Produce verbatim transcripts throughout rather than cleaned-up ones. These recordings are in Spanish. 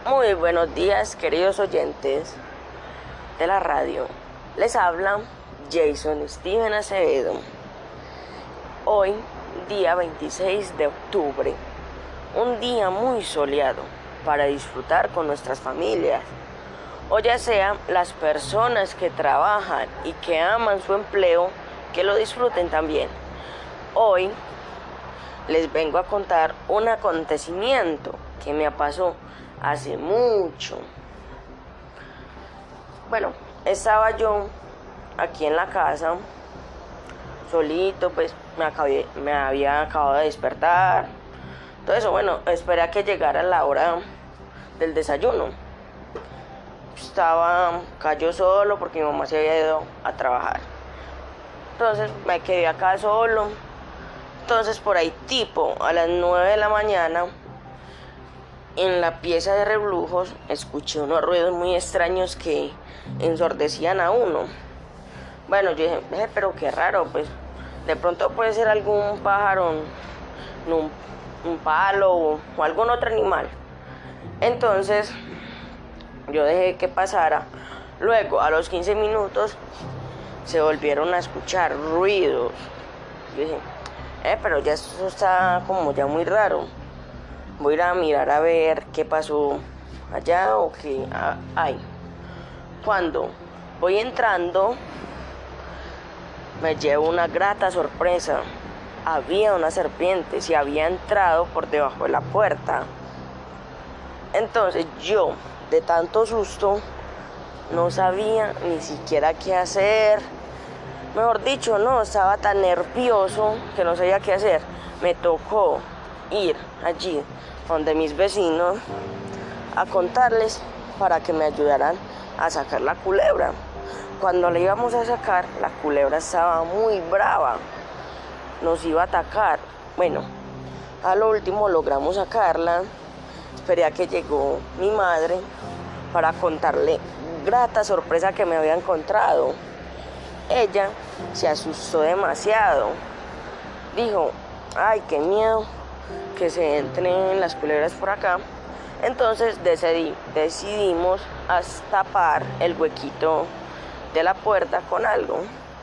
Muy buenos días, queridos oyentes de la radio. Les habla Jason Steven Acevedo. Hoy, día veintiséis de octubre, un día muy soleado para disfrutar con nuestras familias, o ya sea las personas que trabajan y que aman su empleo, que lo disfruten también. Hoy les vengo a contar un acontecimiento que me pasó hace mucho. Bueno, estaba yo aquí en la casa, solito, pues me, acabé, me había acabado de despertar. Todo eso, bueno, esperé a que llegara la hora del desayuno. Estaba acá yo solo porque mi mamá se había ido a trabajar. Entonces me quedé acá solo. Entonces por ahí tipo a las nueve de la mañana, en la pieza de reblujos, escuché unos ruidos muy extraños que ensordecían a uno. Bueno, yo dije, eh, pero qué raro, pues de pronto puede ser algún pájaro, un, un palo o, o algún otro animal. Entonces yo dejé que pasara. Luego, a los quince minutos, se volvieron a escuchar ruidos. Yo dije, eh, pero ya eso está como ya muy raro. Voy a ir a mirar a ver qué pasó allá o qué hay. Cuando voy entrando, me llevo una grata sorpresa. Había una serpiente, se había entrado por debajo de la puerta. Entonces yo, de tanto susto, no sabía ni siquiera qué hacer. Mejor dicho, no, estaba tan nervioso que no sabía qué hacer. Me tocó ir allí donde mis vecinos a contarles para que me ayudaran a sacar la culebra. Cuando la íbamos a sacar, la culebra estaba muy brava, nos iba a atacar. Bueno, a lo último logramos sacarla. Esperé a que llegó mi madre para contarle grata sorpresa que me había encontrado. Ella se asustó demasiado. Dijo, ay, qué miedo que se entren las culebras por acá. Entonces decidí, decidimos tapar el huequito de la puerta con algo.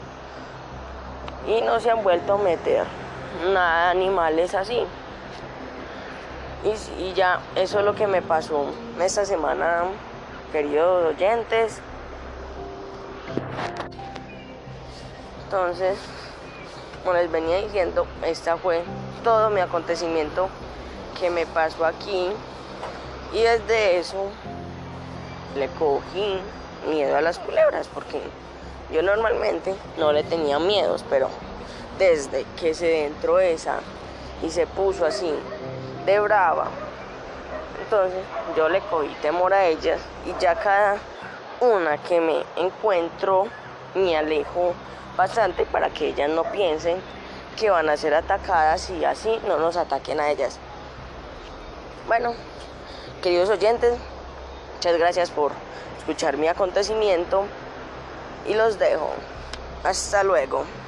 Y no se han vuelto a meter nada de animales así. Y, y ya, eso es lo que me pasó esta semana, queridos oyentes. Entonces, como les venía diciendo, esta fue todo mi acontecimiento que me pasó aquí. Y desde eso le cogí miedo a las culebras, porque yo normalmente no le tenía miedos, pero desde que se entró esa y se puso así de brava, entonces yo le cogí temor a ellas, y ya cada una que me encuentro me alejo bastante para que ellas no piensen que van a ser atacadas y así no nos ataquen a ellas. Bueno, queridos oyentes, muchas gracias por escuchar mi acontecimiento y los dejo. Hasta luego.